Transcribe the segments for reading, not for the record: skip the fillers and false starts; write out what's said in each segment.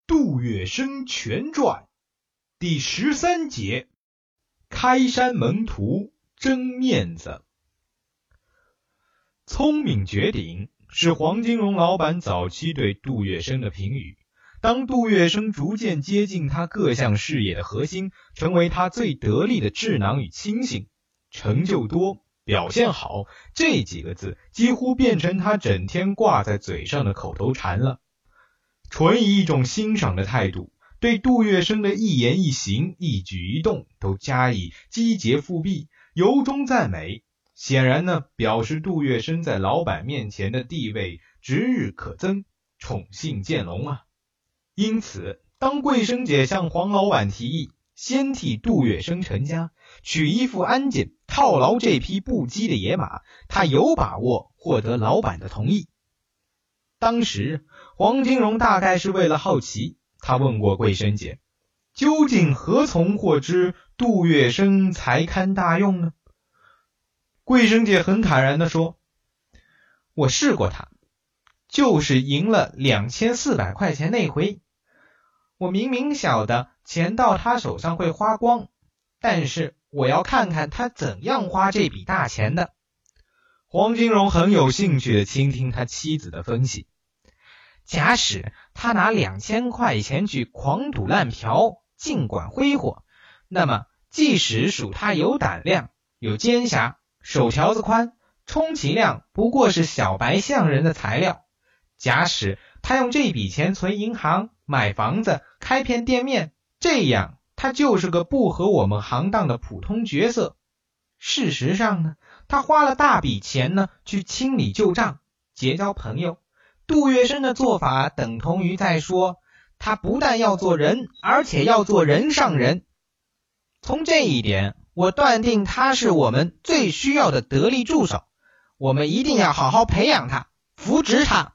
杜月笙全传第13节，开山蒙图争面子。聪明绝顶是黄金荣老板早期对杜月笙的评语。当杜月笙逐渐接近他各项事业的核心，成为他最得力的智囊与亲信，成就多，表现好，这几个字几乎变成他整天挂在嘴上的口头禅了。纯以一种欣赏的态度，对杜月笙的一言一行一举一动都加以击节复辟，由衷赞美。显然呢，表示杜月笙在老板面前的地位指日可增，宠信渐隆啊。因此当桂生姐向黄老板提议先替杜月笙成家，取一副安检套牢这匹不羁的野马，他有把握获得老板的同意。当时黄金荣大概是为了好奇，他问过桂生姐，究竟何从获知杜月笙才堪大用呢？桂生姐很坦然地说，我试过他，就是赢了2400块钱那回。我明明晓得钱到他手上会花光，但是我要看看他怎样花这笔大钱的。黄金荣很有兴趣地倾听他妻子的分析。假使他拿2000块钱去狂赌滥嫖，尽管挥霍，那么即使属他有胆量，有奸侠，手条子宽，充其量不过是小白象人的材料。假使他用这笔钱存银行，买房子，开片店面，这样他就是个不合我们行当的普通角色。事实上呢，他花了大笔钱呢去清理旧账，结交朋友。杜月笙的做法等同于在说，他不但要做人，而且要做人上人。从这一点，我断定他是我们最需要的得力助手，我们一定要好好培养他，扶植他。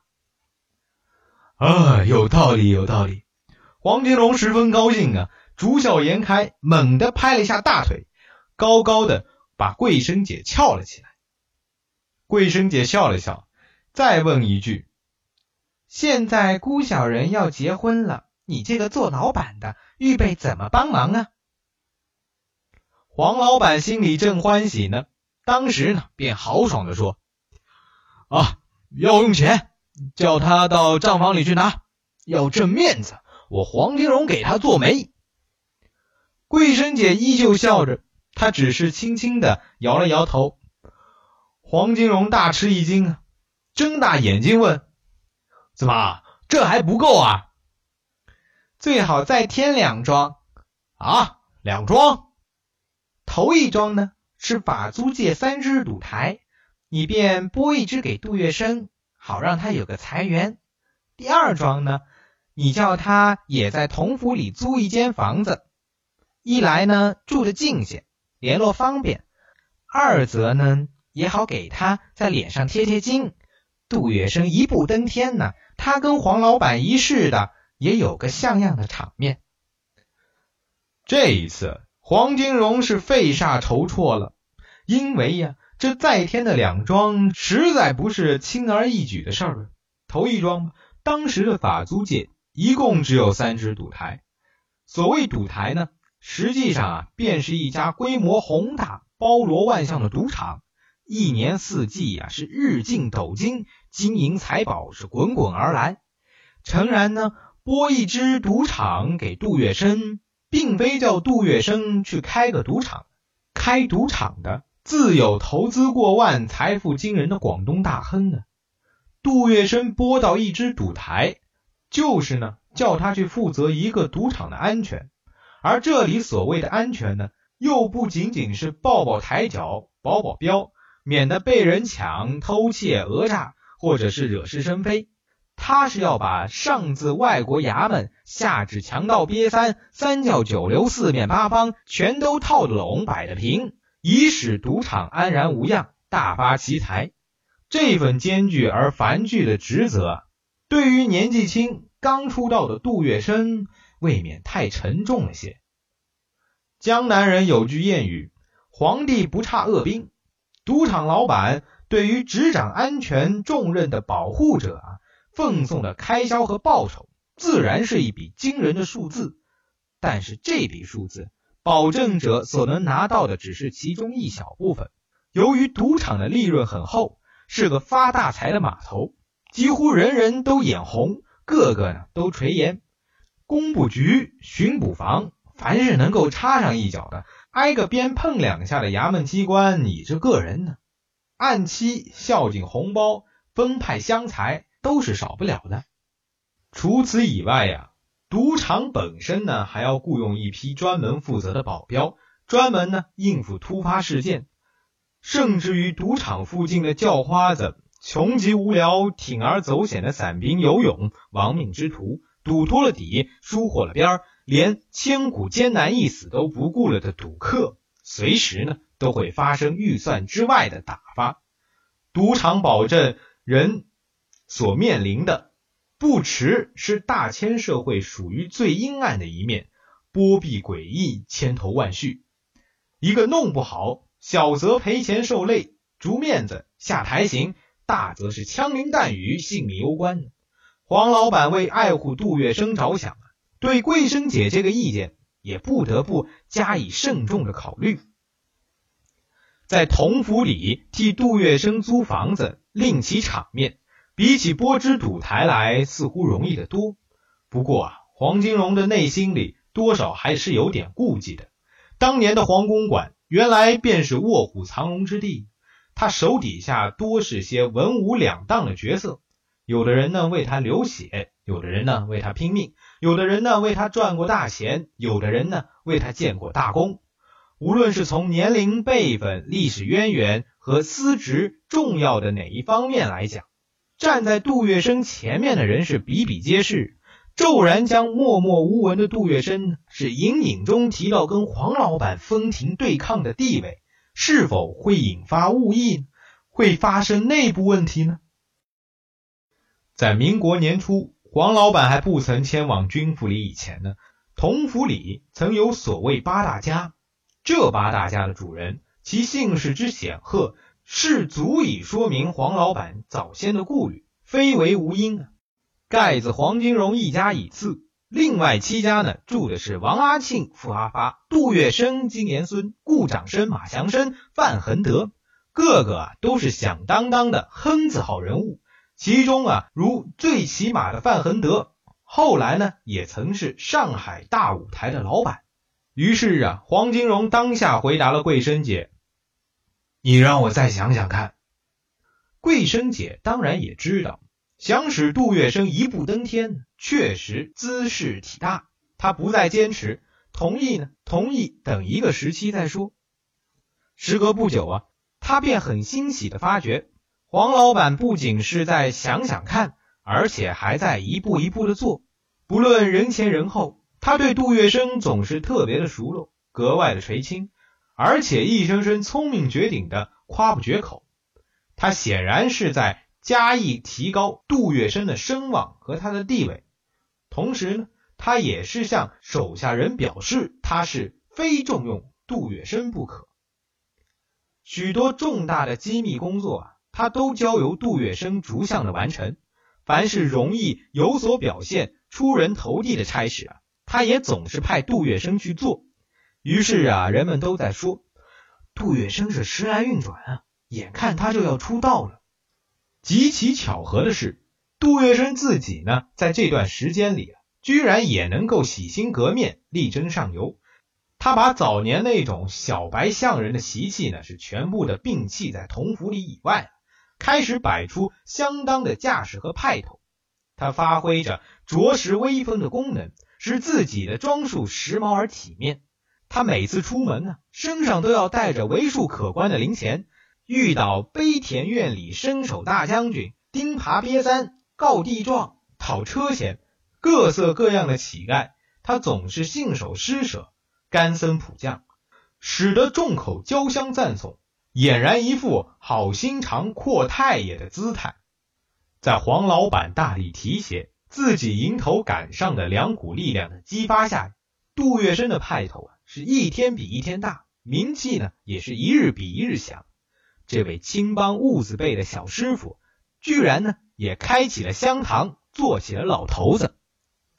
有道理有道理。黄金荣十分高兴啊，逐笑颜开，猛地拍了一下大腿，高高的把桂生姐翘了起来。桂生姐笑了笑，再问一句，现在姑小人要结婚了，你这个做老板的预备怎么帮忙啊？黄老板心里正欢喜呢，当时呢便豪爽地说，要用钱，叫他到账房里去拿，要挣面子，我黄金荣给他做媒。桂生姐依旧笑着，她只是轻轻地摇了摇头。黄金荣大吃一惊啊，睁大眼睛问，怎么这还不够啊？最好再添2桩。2桩？头一桩呢是法租界3只赌台，你便拨1只给杜月笙，好让他有个财源。第2桩呢，你叫他也在同府里租一间房子，一来呢住得近些，联络方便；二则呢也好给他在脸上贴贴金。杜月笙一步登天呢，他跟黄老板一世的也有个像样的场面。这一次黄金荣是费煞筹措了，因为呀，这再添的2桩实在不是轻而易举的事儿。头一桩，当时的法租界一共只有3只赌台。所谓赌台呢，实际上便是一家规模宏大、包罗万象的赌场，一年四季是日进斗金，金银财宝是滚滚而来。诚然呢，拨1只赌场给杜月笙，并非叫杜月笙去开个赌场，开赌场的自有投资过万、财富惊人的广东大亨呢。杜月笙拨到1只赌台，就是呢叫他去负责一个赌场的安全。而这里所谓的安全呢，又不仅仅是抱抱抬脚、保保镖，免得被人抢、偷窃、讹诈，或者是惹是生非。他是要把上自外国衙门，下至强盗瘪三、三教九流、四面八方全都套得拢、摆得平，以使赌场安然无恙，大发其财。这份艰巨而繁巨的职责，对于年纪轻刚出道的杜月笙未免太沉重了些。江南人有句谚语，皇帝不差恶兵，赌场老板对于执掌安全重任的保护者奉送的开销和报酬自然是一笔惊人的数字，但是这笔数字保证者所能拿到的只是其中一小部分。由于赌场的利润很厚，是个发大财的码头，几乎人人都眼红，个个呢都垂涎。工部局、巡捕房，凡是能够插上一脚的，挨个鞭碰两下的衙门机关，你这个人呢，按期孝敬红包、分派乡财都是少不了的。除此以外呀，赌场本身呢还要雇佣一批专门负责的保镖，专门呢应付突发事件。甚至于赌场附近的叫花子、穷极无聊、铤而走险的散兵游勇、亡命之徒、赌脱了底、疏忽了边，连千古艰难一死都不顾了的赌客，随时呢都会发生预算之外的打发。赌场保证人所面临的不迟是大千社会属于最阴暗的一面，波弊诡异，千头万绪。一个弄不好，小则赔钱受累、逐面子、下台刑，大则是枪林弹雨、性命攸关。黄老板为爱护杜月笙着想，对桂生姐这个意见也不得不加以慎重的考虑。在同府里替杜月笙租房子，另起场面，比起拨支赌台来似乎容易得多。不过黄金荣的内心里多少还是有点顾忌的。当年的黄公馆原来便是卧虎藏龙之地，他手底下多是些文武两当的角色，有的人呢为他流血，有的人呢为他拼命，有的人呢为他赚过大钱，有的人呢为他建过大功。无论是从年龄、辈分、历史渊源和司职重要的哪一方面来讲，站在杜月笙前面的人是比比皆是。骤然将默默无闻的杜月笙是隐隐中提到跟黄老板分庭对抗的地位，是否会引发误议呢？会发生内部问题呢？在民国年初，黄老板还不曾迁往军府里以前呢，同府里曾有所谓八大家，这八大家的主人其姓氏之显赫，是足以说明黄老板早先的顾虑，非为无因啊。盖子黄金荣一家以次，另外7家呢住的是王阿庆、傅阿发、杜月笙、金延孙、顾长生、马祥生、范恒德，个个都是响当当的亨字好人物。其中如最起码的范恒德，后来呢也曾是上海大舞台的老板。于是黄金荣当下回答了桂生姐：“你让我再想想看。”桂生姐当然也知道，想使杜月笙一步登天，确实姿势体大，他不再坚持，同意等一个时期再说。时隔不久他便很欣喜地发觉，黄老板不仅是在想想看，而且还在一步一步地做。不论人前人后，他对杜月笙总是特别的熟络，格外的垂青，而且一声声聪明绝顶的夸不绝口。他显然是在加以提高杜月笙的声望和他的地位，同时呢，他也是向手下人表示他是非重用杜月笙不可。许多重大的机密工作他都交由杜月笙逐项的完成，凡是容易有所表现、出人头地的差事他也总是派杜月笙去做。于是人们都在说，杜月笙是时来运转眼看他就要出道了。极其巧合的是，杜月笙自己呢，在这段时间里居然也能够洗心革面，力争上游。他把早年那种小白象人的习气呢，是全部的摒弃在同府里以外，开始摆出相当的架势和派头。他发挥着着实威风的功能，使自己的装束时髦而体面。他每次出门身上都要带着为数可观的零钱，遇到碑田院里伸手大将军、钉耙瘪三、告地状、讨车钱，各色各样的乞丐，他总是信手施舍，干僧普将，使得众口交相赞颂，俨然一副好心肠阔太爷的姿态。在黄老板大力提携，自己迎头赶上的两股力量的激发下，杜月笙的派头是一天比一天大，名气呢也是一日比一日响。这位青帮痦子辈的小师傅，居然呢也开起了香堂，做起了老头子。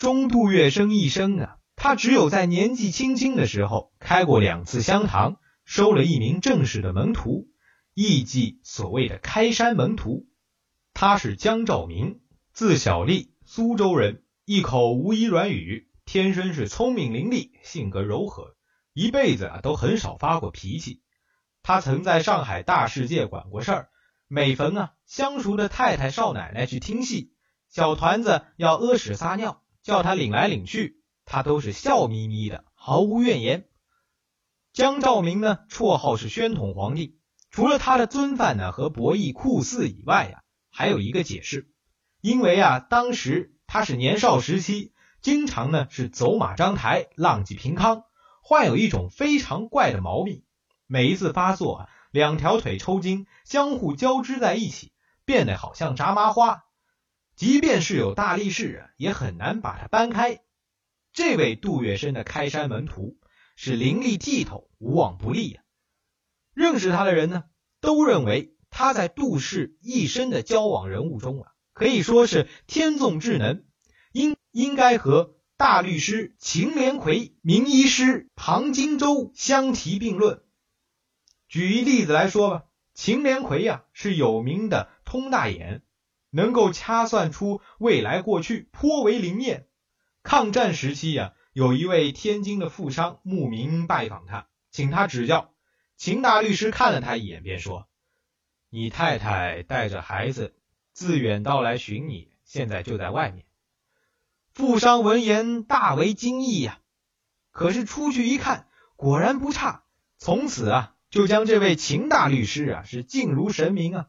钟杜月笙一生啊，他只有在年纪轻轻的时候开过2次香堂，收了一名正式的门徒，亦即所谓的开山门徒。他是江兆明，字小利，苏州人，一口吴彝软语，天生是聪明伶俐，性格柔和，一辈子都很少发过脾气。他曾在上海大世界管过事儿，每逢相熟的太太少奶奶去听戏，小团子要屙屎撒尿，叫他领来领去，他都是笑眯眯的，毫无怨言。江兆明呢，绰号是宣统皇帝，除了他的尊范呢和博弈酷似以外还有一个解释，因为当时他是年少时期，经常呢是走马张台，浪迹平康，患有一种非常怪的毛病，每一次发作2条腿抽筋，相互交织在一起，变得好像炸麻花，即便是有大力士也很难把它搬开。这位杜月笙的开山门徒是伶俐剔透，无往不利认识他的人呢，都认为他在杜氏一生的交往人物中可以说是天纵智能，应该和大律师秦连魁、名医师庞金州相提并论。举一例子来说吧，秦连魁是有名的通大眼，能够掐算出未来过去，颇为灵验。抗战时期有一位天津的富商慕名拜访他，请他指教。秦大律师看了他一眼，便说：你太太带着孩子自远道来寻你，现在就在外面。富商闻言大为惊异可是出去一看，果然不差，从此就将这位秦大律师是敬如神明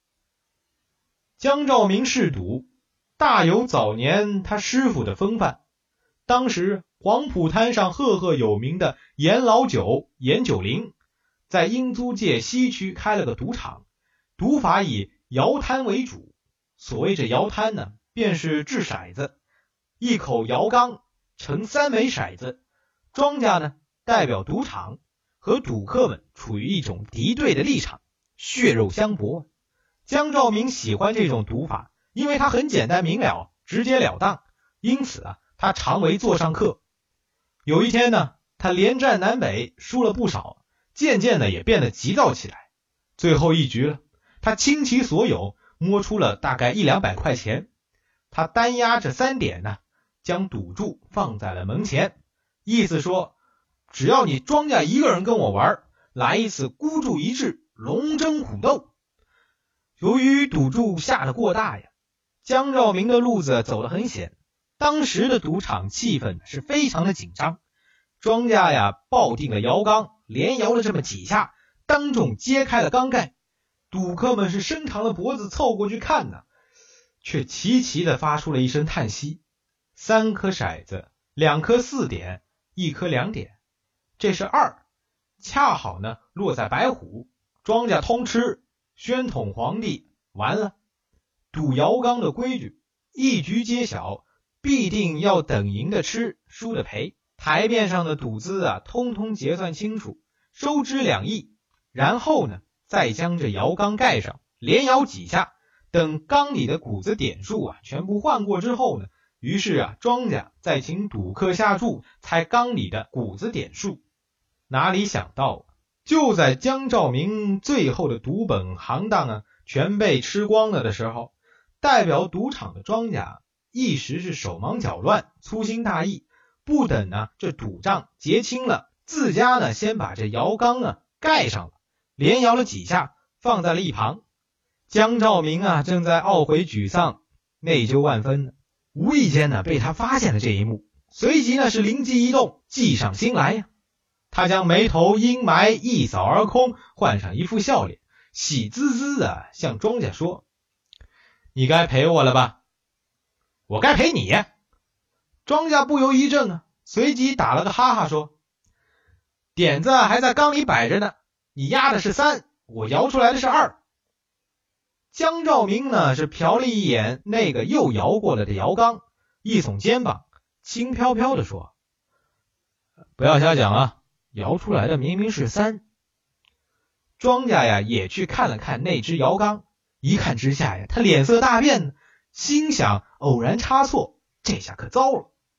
江兆明嗜赌，大有早年他师傅的风范。当时黄浦滩上赫赫有名的严老九、严九龄，在英租界西区开了个赌场，赌法以摇摊为主。所谓这摇摊呢，便是掷骰子，一口摇缸盛3枚骰子，庄家呢代表赌场，和赌客们处于一种敌对的立场，血肉相搏。江兆明喜欢这种赌法，因为它很简单明了，直截了当，因此他常为座上客。有一天呢，他连战南北，输了不少，渐渐的也变得急躁起来。最后一局了，他倾其所有，摸出了大概100-200块钱。他单押着3点呢，将赌注放在了门前，意思说，只要你庄家一个人跟我玩，来一次孤注一掷，龙争虎斗。由于赌注下得过大江兆明的路子走得很险，当时的赌场气氛是非常的紧张。庄家抱定了摇缸，连摇了这么几下，当众揭开了缸盖，赌客们是伸长了脖子凑过去看却齐齐地发出了一声叹息。3颗骰子，2颗4点，1颗2点，这是2，恰好呢落在白虎，庄家通吃，宣统皇帝完了。赌摇缸的规矩，一局揭晓，必定要等赢的吃，输的赔。台面上的赌资通通结算清楚，收支2亿，然后呢再将这摇缸盖上，连摇几下，等缸里的谷子点数全部换过之后呢，于是庄家再请赌客下注，猜缸里的谷子点数。哪里想到就在江兆明最后的赌本行当全被吃光了的时候，代表赌场的庄家一时是手忙脚乱，粗心大意，不等这赌账结清了，自家呢先把这摇缸盖上了，连摇了几下，放在了一旁。江兆明正在懊悔沮丧，内疚万分呢，无意间被他发现了这一幕，随即是灵机一动，计上心来他将眉头阴霾一扫而空，换上一副笑脸，喜滋滋向庄家说：你该赔我了吧？我该赔你。庄家不由一怔随即打了个哈哈说：点子还在缸里摆着呢，你压的是3，我摇出来的是2。江兆明呢是瞟了一眼那个又摇过了的摇缸，一耸肩膀，轻飘飘地说：不要瞎讲摇出来的明明是3。庄家也去看了看那只摇缸，一看之下他脸色大变，心想偶然差错，这下可糟了。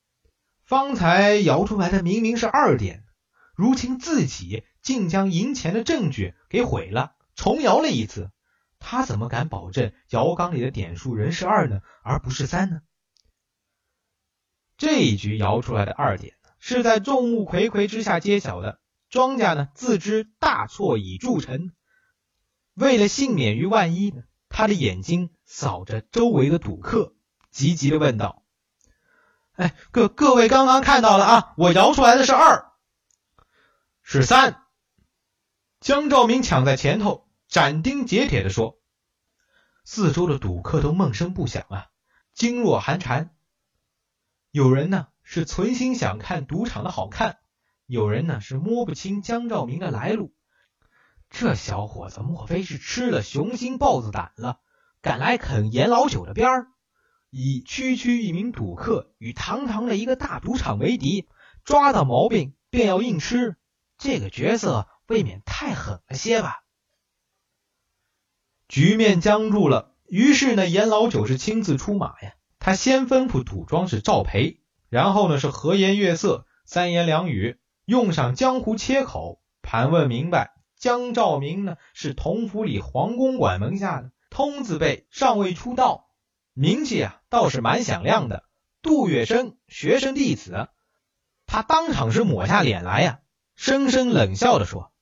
方才摇出来的明明是2点，如今自己竟将赢钱的证据给毁了，重摇了一次，他怎么敢保证摇缸里的点数仍是2呢，而不是3呢？这一局摇出来的2点是在众目睽睽之下揭晓的，庄家呢自知大错已铸成，为了幸免于万一呢，他的眼睛扫着周围的赌客，急急地问道：各位刚刚看到了啊，我摇出来的是2，是3。江兆明抢在前头，斩钉截铁地说。四周的赌客都梦声不响啊，噤若寒蝉。有人呢是存心想看赌场的好看，有人呢是摸不清江兆明的来路。这小伙子莫非是吃了雄心豹子胆了，敢来啃严老九的边儿？以区区一名赌客与堂堂的一个大赌场为敌，抓到毛病便要硬吃，这个角色未免太狠了些吧。局面僵住了，于是呢严老九是亲自出马呀。他先吩咐赌庄是照赔，然后呢是和颜悦色，三言两语用上江湖切口，盘问明白江兆明呢是同府里黄公馆门下的通字辈，尚未出道，名气啊倒是蛮响亮的，杜月笙学生弟子。他当场是抹下脸来呀，深深冷笑地说：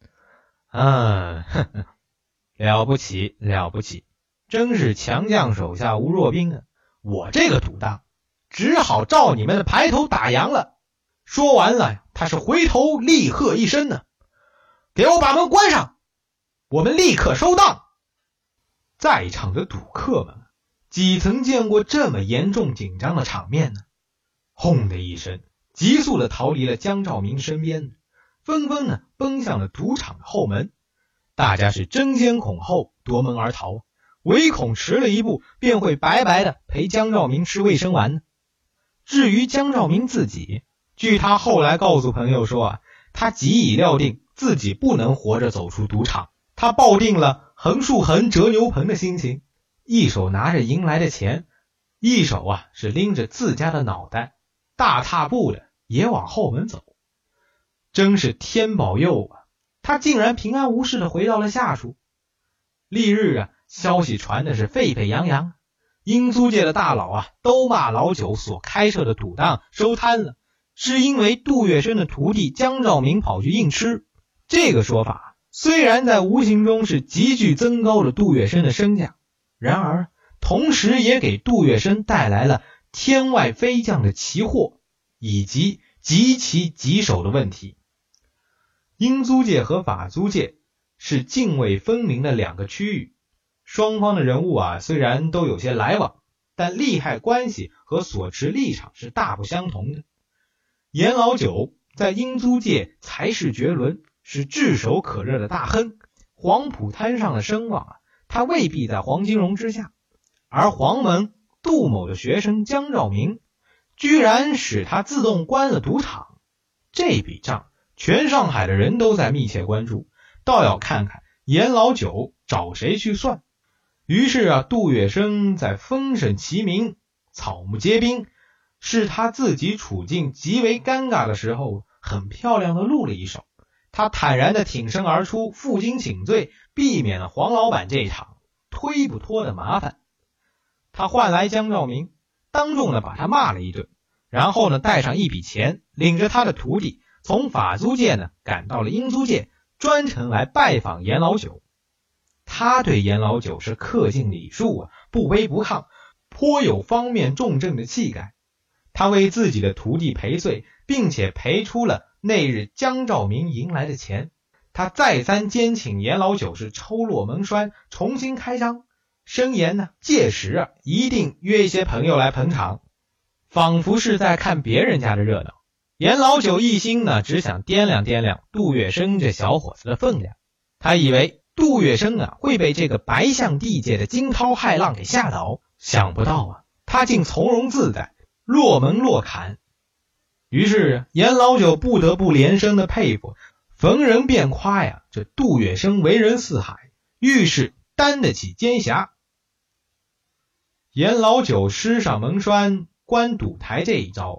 了不起了不起，真是强将手下无弱兵啊，我这个赌档只好照你们的牌头打烊了。说完了，他是回头厉喝一声呢：给我把门关上，我们立刻收档。在场的赌客们几曾见过这么严重紧张的场面呢？轰的一声，急速的逃离了江兆明身边，纷纷呢奔向了赌场的后门。大家是争先恐后夺门而逃，唯恐迟了一步便会白白的陪江兆明吃卫生丸呢。至于江兆明自己，据他后来告诉朋友说他早已料定自己不能活着走出赌场，他抱定了横竖横折牛棚的心情，一手拿着赢来的钱，一手是拎着自家的脑袋，大踏步的也往后门走。真是天保佑啊，他竟然平安无事的回到了下处。翌日消息传的是沸沸扬扬，英租界的大佬都骂老九所开设的赌档收摊了，是因为杜月笙的徒弟江兆明跑去硬吃。这个说法虽然在无形中是急剧增高了杜月笙的身价，然而同时也给杜月笙带来了天外飞降的奇祸以及极其棘手的问题。英租界和法租界是泾渭分明的两个区域，双方的人物虽然都有些来往，但利害关系和所持立场是大不相同的。严老九在英租界才是绝伦，是炙手可热的大亨，黄浦滩上的声望他未必在黄金荣之下，而黄门杜某的学生江兆明居然使他自动关了赌场，这笔账全上海的人都在密切关注，倒要看看严老九找谁去算。于是杜月笙在风声齐鸣，草木皆兵，是他自己处境极为尴尬的时候很漂亮的露了一手。他坦然地挺身而出，负荆请罪，避免了黄老板这一场推不脱的麻烦。他唤来江兆明，当众把他骂了一顿，然后带上一笔钱，领着他的徒弟从法租界赶到了英租界，专程来拜访严老九。他对严老九是恪尽礼数不卑不亢，颇有方面重镇的气概。他为自己的徒弟赔罪，并且赔出了那日江兆明赢来的钱。他再三坚请严老九是抽落门栓，重新开张，声言届时一定约一些朋友来捧场，仿佛是在看别人家的热闹。严老九一心只想掂量掂量杜月笙这小伙子的分量，他以为杜月笙会被这个白象地界的惊涛骇浪给吓倒，想不到他竟从容自在，落门落坎。于是严老九不得不连声的佩服，逢人便夸这杜月笙为人四海，遇事担得起奸侠。严老九施上门栓关赌台这一招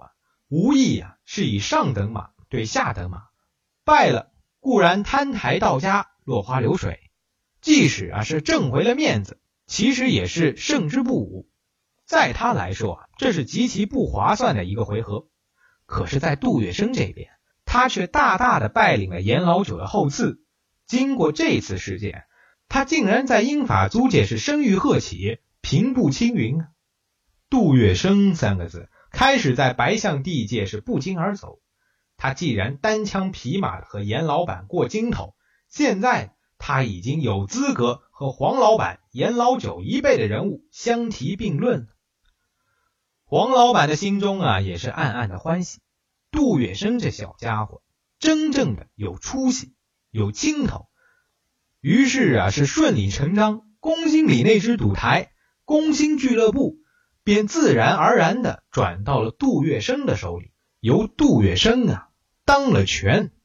无疑啊是以上等马对下等马，败了固然摊台到家，落花流水，即使啊是挣回了面子，其实也是胜之不武。在他来说啊，这是极其不划算的一个回合。可是在杜月笙这边，他却大大的拜领了严老九的后赐。经过这次事件，他竟然在英法租界是声誉鹤起，平步青云啊！杜月笙三个字开始在白象地界是不胫而走。他既然单枪匹马的和严老板过京头，现在他已经有资格和黄老板、严老九一辈的人物相提并论。黄老板的心中啊也是暗暗的欢喜，杜月笙这小家伙真正的有出息，有青头。于是啊是顺理成章，宫心里那支赌台宫心俱乐部便自然而然的转到了杜月笙的手里，由杜月笙啊当了权。